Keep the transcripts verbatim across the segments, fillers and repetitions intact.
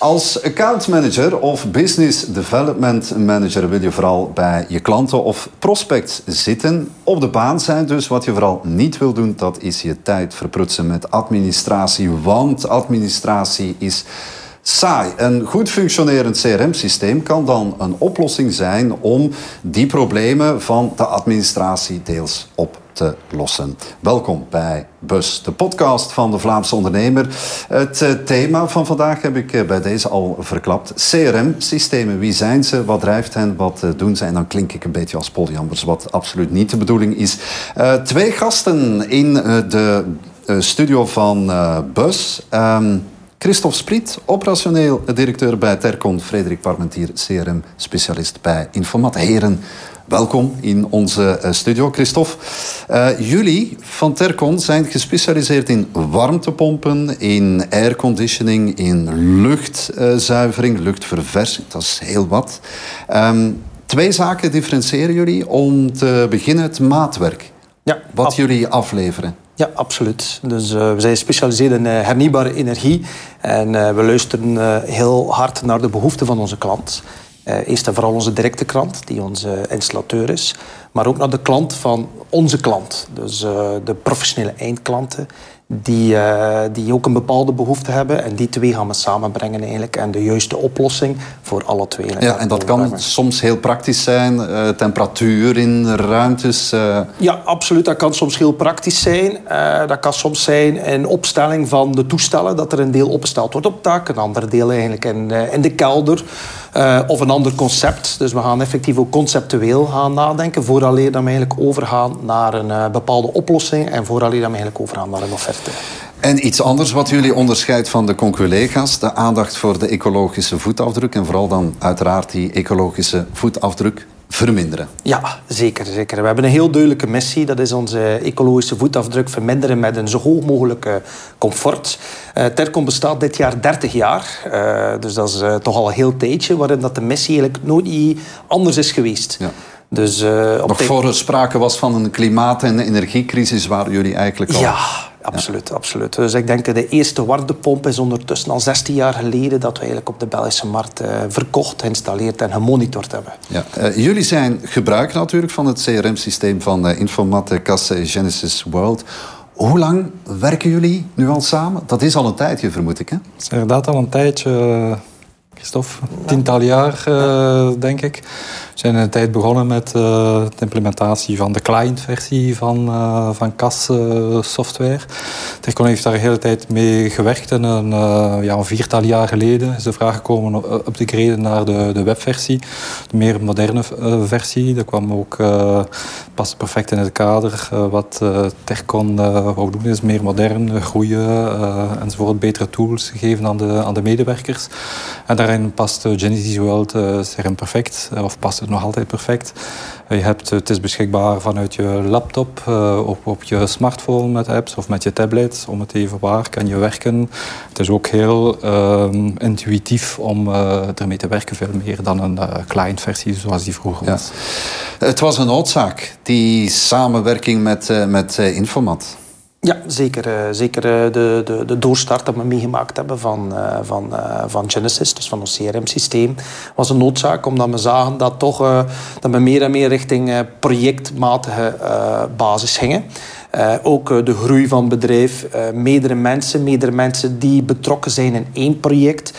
Als account manager of business development manager wil je vooral bij je klanten of prospects zitten. Op de baan zijn dus. Wat je vooral niet wil doen, dat is je tijd verprutsen met administratie. Want administratie is saai. Een goed functionerend C R M-systeem kan dan een oplossing zijn om die problemen van de administratie deels op te lossen. Welkom bij Bus, de podcast van de Vlaamse ondernemer. Het uh, thema van vandaag heb ik uh, bij deze al verklapt. C R M-systemen, wie zijn ze, wat drijft hen, wat uh, doen ze? En dan klink ik een beetje als Paul Jambers, wat absoluut niet de bedoeling is. Uh, twee gasten in uh, de uh, studio van uh, Bus. Um, Christophe Spriet, operationeel directeur bij Tercon. Frederik Parmentier, C R M-specialist bij Infomat. Heren, welkom in onze studio. Christophe, uh, jullie van Tercon zijn gespecialiseerd in warmtepompen, in airconditioning, in luchtzuivering, luchtverversing. Dat is heel wat. Um, twee zaken differentiëren jullie. Om te beginnen het maatwerk. Ja, wat ab- jullie afleveren. Ja, absoluut. Dus uh, we zijn gespecialiseerd in uh, hernieuwbare energie. En uh, we luisteren uh, heel hard naar de behoeften van onze klant. Uh, eerst en vooral onze directe klant, die onze installateur is. Maar ook naar de klant van onze klant. Dus uh, de professionele eindklanten. Die, uh, die ook een bepaalde behoefte hebben. En die twee gaan we samenbrengen eigenlijk. En de juiste oplossing voor alle twee. Ja, en dat kan soms heel praktisch zijn. Uh, temperatuur in ruimtes. Uh... Ja, absoluut. Dat kan soms heel praktisch zijn. Uh, dat kan soms zijn een opstelling van de toestellen. Dat er een deel opgesteld wordt op het dak. Een ander deel eigenlijk in, uh, in de kelder. Uh, of een ander concept. Dus we gaan effectief ook conceptueel gaan nadenken. Vooraleer dat we eigenlijk overgaan naar een uh, bepaalde oplossing. En vooraleer dat we eigenlijk overgaan naar een offerte. En iets anders wat jullie onderscheidt van de conculega's. De aandacht voor de ecologische voetafdruk. En vooral dan uiteraard die ecologische voetafdruk verminderen. Ja, zeker, zeker. We hebben een heel duidelijke missie. Dat is onze ecologische voetafdruk verminderen met een zo hoog mogelijke comfort. Uh, Tercon bestaat dit jaar dertig jaar. Uh, dus dat is uh, toch al een heel tijdje waarin dat de missie eigenlijk nooit niet anders is geweest. Ja. Dus, uh, op Nog de... voor er sprake was van een klimaat- en energiecrisis waren jullie eigenlijk al... Ja, absoluut, ja. absoluut. Dus ik denk dat de eerste warmtepomp is ondertussen al zestien jaar geleden dat we eigenlijk op de Belgische markt uh, verkocht, geïnstalleerd en gemonitord hebben. Ja. Uh, jullie zijn gebruiker natuurlijk van het C R M-systeem van uh, Infomat, Casse, Genesis World. Hoe lang werken jullie nu al samen? Dat is al een tijdje, vermoed ik, hè? Dat is inderdaad al een tijdje, Christophe. Tiental jaar, uh, denk ik. We zijn in de tijd begonnen met uh, de implementatie van de client-versie van, uh, van C A S-software. Tercon heeft daar de hele tijd mee gewerkt. En een, uh, ja, een viertal jaar geleden is de vraag gekomen om up te graden naar de, de webversie. De meer moderne uh, versie. Dat kwam ook, uh, past perfect in het kader. Uh, wat uh, Tercon uh, wou doen is meer modern, groeien uh, enzovoort. Betere tools geven aan de, aan de medewerkers. En daarin past uh, Genesis World uh, C R M perfect. Uh, of past het nog altijd perfect. Je hebt, het is beschikbaar vanuit je laptop, uh, op, op je smartphone met apps of met je tablet. Om het even waar kan je werken. Het is ook heel uh, intuïtief om uh, ermee te werken. Veel meer dan een uh, client-versie zoals die vroeger was. Ja. Het was een noodzaak, die samenwerking met, uh, met uh, Infomat. Ja, zeker. Uh, zeker uh, de, de, de doorstart dat we meegemaakt hebben van, uh, van, uh, van Genesis, dus van ons C R M-systeem, was een noodzaak, omdat we zagen dat, toch, uh, dat we meer en meer richting uh, projectmatige uh, basis gingen. Uh, ook uh, de groei van het bedrijf, uh, meerdere mensen, meerdere mensen die betrokken zijn in één project,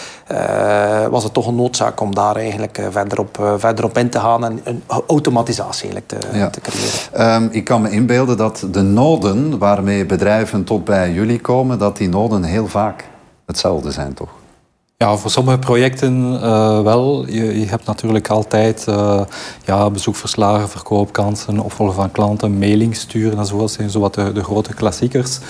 uh, was het toch een noodzaak om daar eigenlijk uh, verder, op, uh, verder op in te gaan en een automatisatie eigenlijk te, ja. te creëren. Um, ik kan me inbeelden dat de noden waarmee bedrijven tot bij jullie komen, dat die noden heel vaak hetzelfde zijn, toch? Ja, voor sommige projecten uh, wel. Je, je hebt natuurlijk altijd uh, ja, bezoekverslagen, verkoopkansen, opvolgen van klanten, mailing sturen enzovoort. zijn zowat de, de grote klassiekers.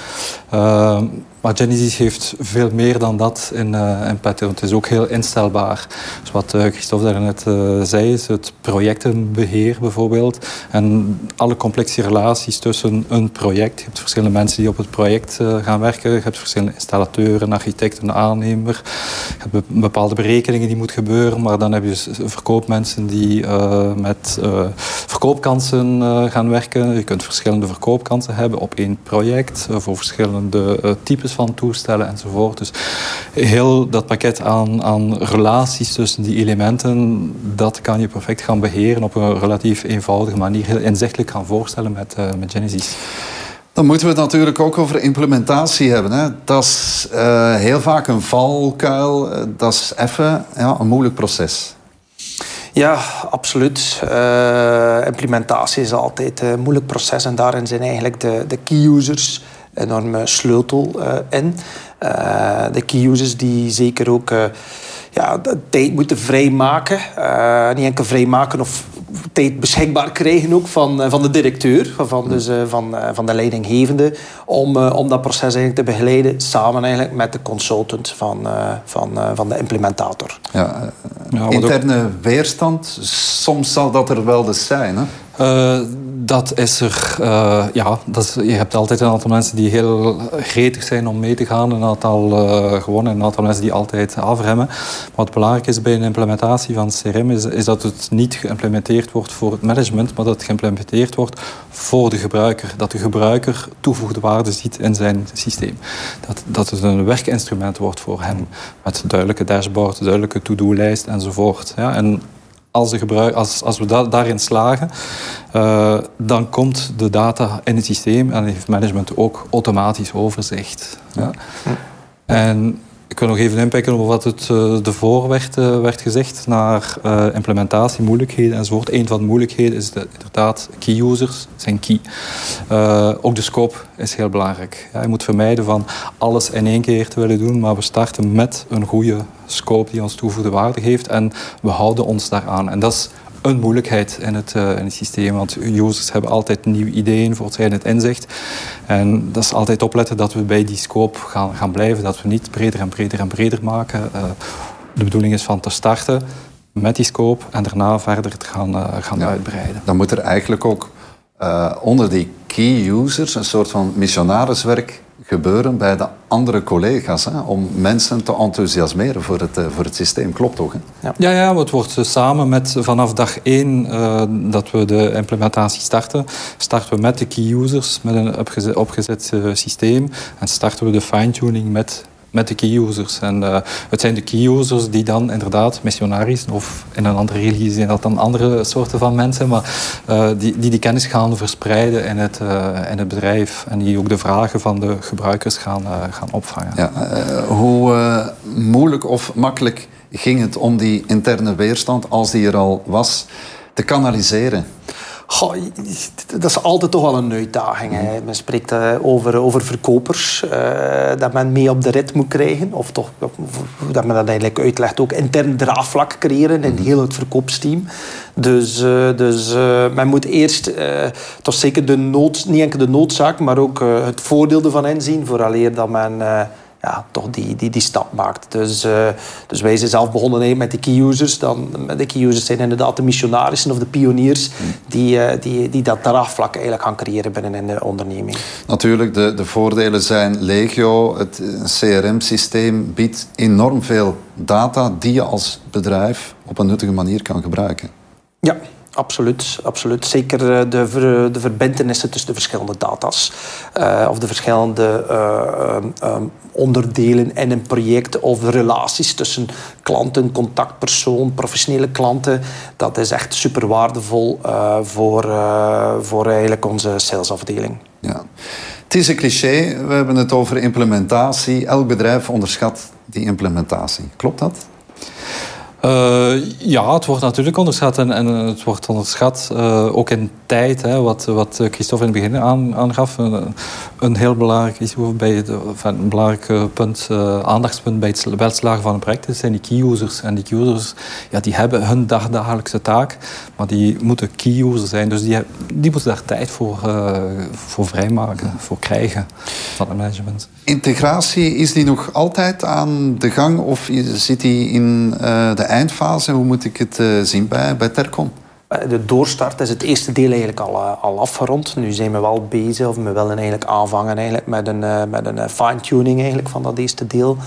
Uh, maar Genesis heeft veel meer dan dat in, uh, in petto. Het is ook heel instelbaar. Dus wat uh, Christophe daarnet uh, zei, is het projectenbeheer bijvoorbeeld. En alle complexe relaties tussen een project. Je hebt verschillende mensen die op het project uh, gaan werken. Je hebt verschillende installateuren, architecten, aannemer. hebt bepaalde berekeningen die moeten gebeuren, maar dan heb je verkoopmensen die uh, met uh, verkoopkansen uh, gaan werken. Je kunt verschillende verkoopkansen hebben op één project, uh, voor verschillende uh, types van toestellen enzovoort. Dus heel dat pakket aan, aan relaties tussen die elementen, dat kan je perfect gaan beheren op een relatief eenvoudige manier, heel inzichtelijk gaan voorstellen met, uh, met Genesis. Dan moeten we het natuurlijk ook over implementatie hebben. Hè. Dat is uh, heel vaak een valkuil. Dat is even ja, een moeilijk proces. Ja, absoluut. Uh, implementatie is altijd een moeilijk proces. En daarin zijn eigenlijk de, de key users een enorme sleutel uh, in. Uh, de key users die zeker ook uh, ja, de tijd moeten vrijmaken. Uh, niet enkel vrijmaken of tijd beschikbaar krijgen ook van, uh, van de directeur, van, dus, uh, van, uh, van de leidinggevende, om, uh, om dat proces eigenlijk te begeleiden, samen eigenlijk met de consultant van, uh, van, uh, van de implementator. Ja, uh, ja, interne ook weerstand, soms zal dat er wel eens zijn, hè? Uh, dat is er, uh, ja, dat is, je hebt altijd een aantal mensen die heel gretig zijn om mee te gaan, een aantal uh, gewoon een aantal mensen die altijd afremmen. Maar wat belangrijk is bij een implementatie van C R M is, is dat het niet geïmplementeerd wordt voor het management, maar dat het geïmplementeerd wordt voor de gebruiker. Dat de gebruiker toegevoegde waarde ziet in zijn systeem. Dat, dat het een werkinstrument wordt voor hem, met duidelijke dashboard, duidelijke to-do-lijst enzovoort. Ja, en Als, de gebruik, als, als we da- daarin slagen, uh, dan komt de data in het systeem en heeft management ook automatisch overzicht. Ja. En ik wil nog even inpikken op wat het uh, ervoor werd, uh, werd gezegd naar uh, implementatie, moeilijkheden enzovoort. Een van de moeilijkheden is de, inderdaad key users zijn key. Uh, ook de scope is heel belangrijk. Ja, je moet vermijden van alles in één keer te willen doen, maar we starten met een goede scope die ons toegevoegde waarde geeft en we houden ons daaraan. En dat is een moeilijkheid in het, uh, in het systeem, want users hebben altijd nieuwe ideeën voor zij het inzicht. En dat is altijd opletten dat we bij die scope gaan, gaan blijven, dat we niet breder en breder en breder maken. Uh, de bedoeling is van te starten met die scope en daarna verder te gaan, uh, gaan ja, uitbreiden. Dan moet er eigenlijk ook uh, onder die key users een soort van missionariswerk gebeuren bij de andere collega's, hè, om mensen te enthousiasmeren voor het, voor het systeem. Klopt toch? Hè? Ja. Ja, ja, het wordt samen met vanaf dag één uh, dat we de implementatie starten, starten we met de key users, met een opgezet, opgezet uh, systeem en starten we de fine-tuning met met de key users. En uh, het zijn de key users die dan inderdaad missionaris, of in een andere religie zijn dat dan andere soorten van mensen, maar uh, die, die die kennis gaan verspreiden in het, uh, in het bedrijf en die ook de vragen van de gebruikers gaan, uh, gaan opvangen. Ja, uh, hoe uh, moeilijk of makkelijk ging het om die interne weerstand, als die er al was, te kanaliseren? Goh, dat is altijd toch wel een uitdaging. Hè. Men spreekt uh, over, over verkopers, uh, dat men mee op de rit moet krijgen. Of toch, dat men dat eigenlijk uitlegt, ook intern draagvlak creëren in heel het verkoopsteam. Dus, uh, dus uh, men moet eerst uh, toch zeker de nood, niet enkel de noodzaak, maar ook uh, het voordeel ervan inzien, vooraleer dat men Uh, ja, toch die, die, die stap maakt. Dus, uh, dus wij zijn zelf begonnen met de key users. Dan, de key users zijn inderdaad de missionarissen of de pioniers die, uh, die, die dat draagvlak eigenlijk gaan creëren binnen in de onderneming. Natuurlijk, de, de voordelen zijn legio. Het C R M-systeem biedt enorm veel data die je als bedrijf op een nuttige manier kan gebruiken. Ja. Absoluut, absoluut. Zeker de, ver, de verbintenissen tussen de verschillende data's. Uh, of de verschillende uh, um, onderdelen in een project. Of de relaties tussen klanten, contactpersoon, professionele klanten. Dat is echt super waardevol uh, voor, uh, voor eigenlijk onze salesafdeling. Ja. Het is een cliché, we hebben het over implementatie. Elk bedrijf onderschat die implementatie. Klopt dat? Uh, ja, het wordt natuurlijk onderschat en, en het wordt onderschat uh, ook in tijd. Hè, wat, wat Christophe in het begin aan, aangaf. Een, een heel belangrijk, issue bij het, een belangrijk punt, uh, aandachtspunt bij het welslagen van een project is, zijn die key users. En die key users ja, die hebben hun dagdagelijkse taak, maar die moeten key users zijn. Dus die, die moeten daar tijd voor, uh, voor vrijmaken, voor krijgen van het management. Integratie, is die nog altijd aan de gang of zit die in uh, de eindfase? Hoe moet ik het uh, zien bij, bij Tercom? De doorstart is het eerste deel eigenlijk al, uh, al afgerond. Nu zijn we wel bezig, of we willen eigenlijk aanvangen eigenlijk met een, uh, met een fine-tuning eigenlijk van dat eerste deel.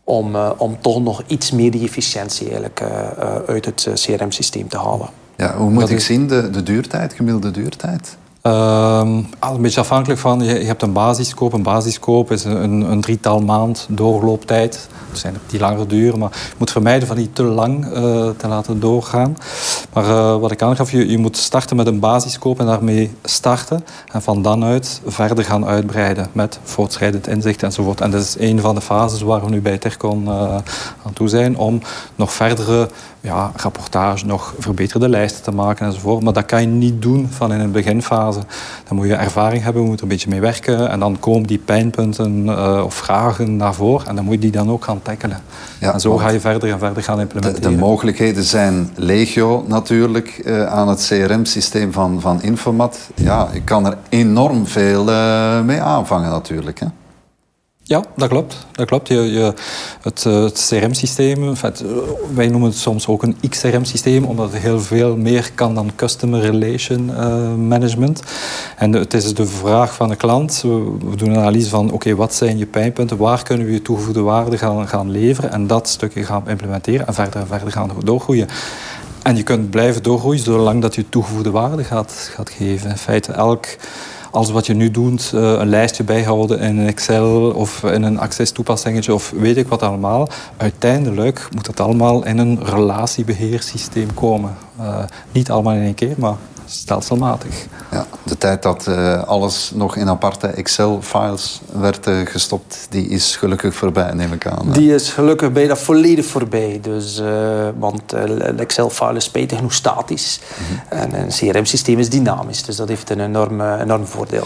om, uh, om toch nog iets meer die efficiëntie eigenlijk, uh, uh, uit het uh, C R M-systeem te halen. Ja, hoe moet dat ik is... zien, de, de duurtijd, gemiddelde duurtijd? Uh, een beetje afhankelijk van, je, je hebt een basiskoop. Een basiskoop is een, een drietal maand doorlooptijd. Er zijn er die langer duren, maar je moet vermijden van die te lang uh, te laten doorgaan. Maar uh, wat ik aangaf, je, je moet starten met een basiskoop en daarmee starten. En van dan uit verder gaan uitbreiden met voortschrijdend inzicht enzovoort. En dat is een van de fases waar we nu bij Tercon uh, aan toe zijn, om nog verdere ja, rapportage, nog verbeterde lijsten te maken enzovoort. Maar dat kan je niet doen van in een beginfase. Dan moet je ervaring hebben, je moet er een beetje mee werken. En dan komen die pijnpunten uh, of vragen naar voren. En dan moet je die dan ook gaan tackelen. Ja, en zo ga je verder en verder gaan implementeren. De, de mogelijkheden zijn legio natuurlijk uh, aan het C R M-systeem van, van Infomat. Ja, ik kan er enorm veel uh, mee aanvangen natuurlijk, hè? Ja, dat klopt. Dat klopt. Je, je, het, het C R M-systeem, in feite, wij noemen het soms ook een X R M-systeem, omdat het heel veel meer kan dan Customer Relation uh, Management. En het is de vraag van de klant. We, we doen een analyse van, oké, okay, wat zijn je pijnpunten? Waar kunnen we je toegevoegde waarde gaan, gaan leveren? En dat stukje gaan implementeren en verder en verder gaan doorgroeien. En je kunt blijven doorgroeien zolang dat je toegevoegde waarde gaat, gaat geven. In feite, elk... Alles wat je nu doet, een lijstje bijhouden in Excel of in een Access-toepassingetje of weet ik wat allemaal. Uiteindelijk moet het allemaal in een relatiebeheersysteem komen. Uh, niet allemaal in één keer, maar stelselmatig. Ja, de tijd dat uh, alles nog in aparte Excel-files werd uh, gestopt, die is gelukkig voorbij, neem ik aan. Die is gelukkig bijna volledig voorbij. Dus, uh, want uh, de Excel-file is spijtig genoeg statisch. Mm-hmm. En een C R M-systeem is dynamisch. Dus dat heeft een enorm, enorm voordeel.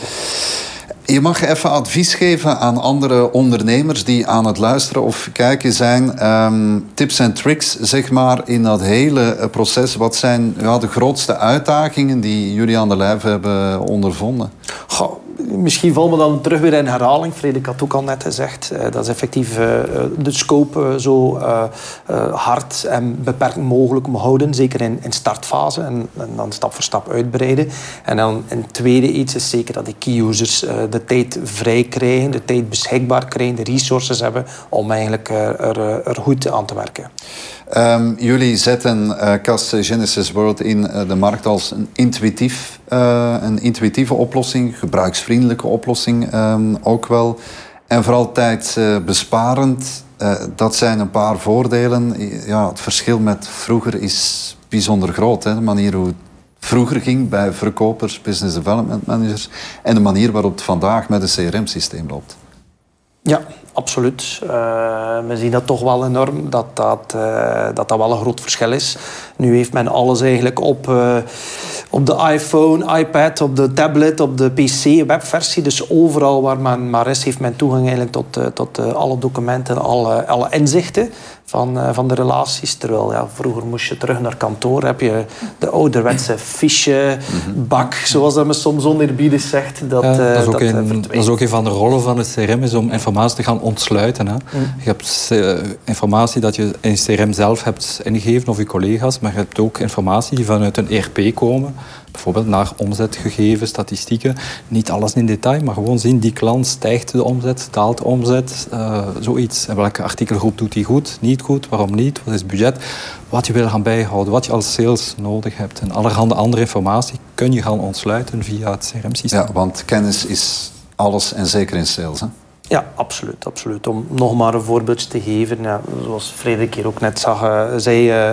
Je mag even advies geven aan andere ondernemers die aan het luisteren of kijken zijn. Um, tips en tricks, zeg maar, in dat hele proces. Wat zijn ja, de grootste uitdagingen die jullie aan de lijf hebben ondervonden? Goh, misschien vallen we dan terug weer in herhaling. Frederik had ook al net gezegd. Uh, dat is effectief uh, de scope uh, zo uh, uh, hard en beperkt mogelijk houden. Zeker in, in startfase. En, en dan stap voor stap uitbreiden. En dan een tweede iets is zeker dat de key users uh, de tijd vrij krijgen. De tijd beschikbaar krijgen. De resources hebben om eigenlijk uh, er, er goed aan te werken. Um, jullie zetten uh, Cas Genesis World in uh, de markt als een, intuïtief, uh, een intuïtieve oplossing, gebruiksvriendelijke oplossing um, ook wel. En vooral tijdbesparend. Uh, uh, dat zijn een paar voordelen. Ja, het verschil met vroeger is bijzonder groot. Hè? De manier hoe het vroeger ging bij verkopers, business development managers en de manier waarop het vandaag met een C R M-systeem loopt. Ja, absoluut. Uh, we zien dat toch wel enorm, dat dat, uh, dat dat wel een groot verschil is. Nu heeft men alles eigenlijk op, uh, op de iPhone, iPad, op de tablet, op de P C, webversie. Dus overal waar men maar is, heeft men toegang eigenlijk tot, uh, tot uh, alle documenten, alle, alle inzichten van, uh, van de relaties. Terwijl ja, vroeger moest je terug naar kantoor, heb je de ouderwetse fichebak, zoals dat men soms oneerbiedig zegt. Dat, ja, dat, is ook dat, een, dat is ook een van de rollen van het C R M, is om informatie te gaan ontsluiten. Hè. Mm. Je hebt uh, informatie dat je in het C R M zelf hebt ingegeven of je collega's, maar je hebt ook informatie die vanuit een E R P komen. Bijvoorbeeld naar omzetgegevens, statistieken. Niet alles in detail, maar gewoon zien die klant, stijgt de omzet, daalt de omzet, uh, zoiets. En welke artikelgroep doet die goed, niet goed, waarom niet, wat is het budget, wat je wil gaan bijhouden, wat je als sales nodig hebt. En allerhande andere informatie kun je gaan ontsluiten via het C R M-systeem. Ja, want kennis is alles en zeker in sales, hè? Ja, absoluut, absoluut. Om nog maar een voorbeeldje te geven, ja, zoals Frederik hier ook net zag, uh, zei, uh,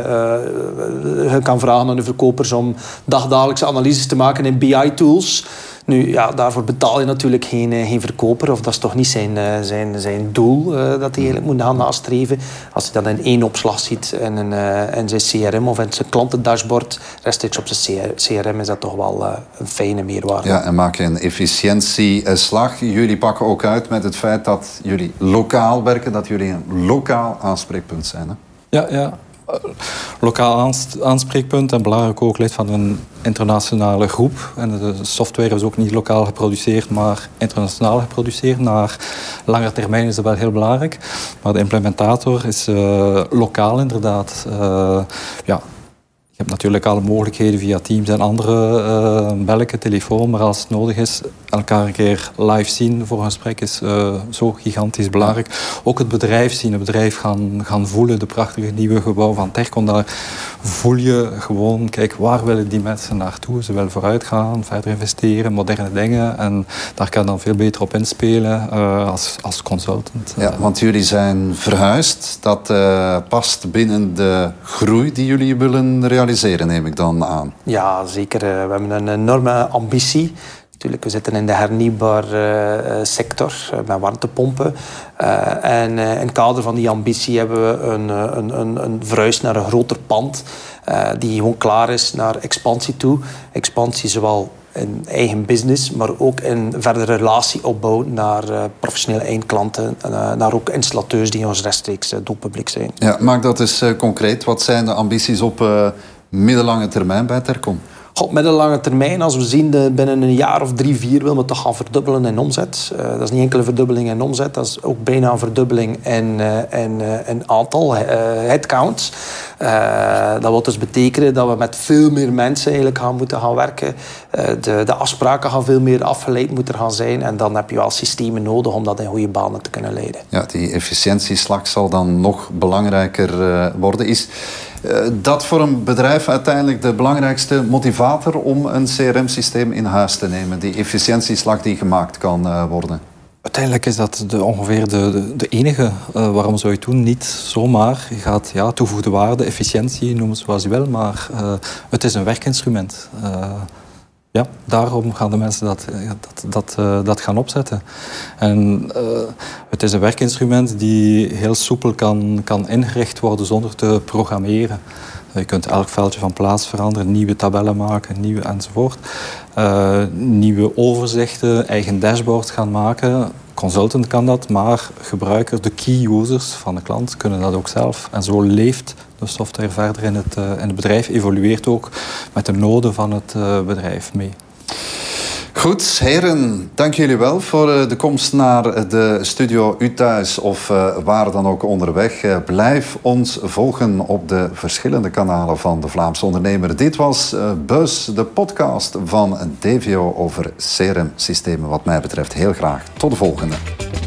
uh, je kan vragen aan de verkopers om dagdagelijkse analyses te maken in B I-tools. Nu, ja, daarvoor betaal je natuurlijk geen, geen verkoper, of dat is toch niet zijn, zijn, zijn doel uh, dat hij eigenlijk moet gaan nastreven. Als hij dat in één opslag ziet in, een, uh, in zijn C R M of in zijn klantendashboard, rechtstreeks op zijn C R M, is dat toch wel uh, een fijne meerwaarde. Ja, en maak je een efficiëntieslag. Jullie pakken ook uit met het feit dat jullie lokaal werken, dat jullie een lokaal aanspreekpunt zijn. Hè? Ja, ja. Lokaal aanspreekpunt en belangrijk ook lid van een internationale groep. En de software is ook niet lokaal geproduceerd, maar internationaal geproduceerd. Naar lange termijn is dat wel heel belangrijk. Maar de implementator is uh, lokaal inderdaad. Uh, ja, Je hebt natuurlijk alle mogelijkheden via Teams en andere uh, bellen, telefoon, maar als het nodig is, elkaar een keer live zien voor een gesprek is uh, zo gigantisch belangrijk. Ook het bedrijf zien, het bedrijf gaan, gaan voelen, de prachtige nieuwe gebouw van Tercon, daar voel je gewoon, kijk, waar willen die mensen naartoe? Ze willen vooruit gaan, verder investeren, moderne dingen en daar kan je dan veel beter op inspelen uh, als, als consultant. Ja, want jullie zijn verhuisd, dat uh, past binnen de groei die jullie willen realiseren, neem ik dan aan. Ja, zeker. We hebben een enorme ambitie. Natuurlijk, we zitten in de hernieuwbare uh, sector uh, met warmtepompen. Uh, en uh, in het kader van die ambitie hebben we een, een, een, een verhuis naar een groter pand. Uh, die gewoon klaar is naar expansie toe. Expansie zowel in eigen business, maar ook in verdere relatieopbouw naar uh, professionele eindklanten. Uh, naar ook installateurs die ons rechtstreeks uh, doelpubliek zijn. Ja, maak dat eens uh, concreet. Wat zijn de ambities op uh, middellange termijn bij Tercon? Op middellange termijn, als we zien de binnen een jaar of drie, vier willen we toch gaan verdubbelen in omzet. Uh, dat is niet enkel een verdubbeling in omzet, dat is ook bijna een verdubbeling in, uh, in, uh, in aantal uh, headcounts. Uh, dat wil dus betekenen dat we met veel meer mensen eigenlijk gaan moeten gaan werken. Uh, de, de afspraken gaan veel meer afgeleid moeten gaan zijn. En dan heb je wel systemen nodig om dat in goede banen te kunnen leiden. Ja, die efficiëntieslag zal dan nog belangrijker uh, worden. Is uh, dat voor een bedrijf uiteindelijk de belangrijkste motivator om een C R M-systeem in huis te nemen? Die efficiëntieslag die gemaakt kan uh, worden? Uiteindelijk is dat de, ongeveer de, de, de enige. Uh, waarom zou je het doen? Niet zomaar. Je gaat ja, toegevoegde waarde, efficiëntie, noem het zoals je wil, maar uh, het is een werkinstrument. Uh, ja, daarom gaan de mensen dat, dat, dat, uh, dat gaan opzetten. En uh, het is een werkinstrument die heel soepel kan, kan ingericht worden zonder te programmeren. Je kunt elk veldje van plaats veranderen, nieuwe tabellen maken, nieuwe enzovoort. Uh, nieuwe overzichten, eigen dashboard gaan maken. Consultant kan dat, maar gebruikers, de key users van de klant, kunnen dat ook zelf. En zo leeft de software verder in het, uh, in het bedrijf, evolueert ook met de noden van het uh, bedrijf mee. Goed, heren, dank jullie wel voor de komst naar de studio U thuis of uh, waar dan ook onderweg. Uh, blijf ons volgen op de verschillende kanalen van de Vlaamse Ondernemer. Dit was uh, Buzz, de podcast van D V O over C R M-systemen. Wat mij betreft heel graag. Tot de volgende.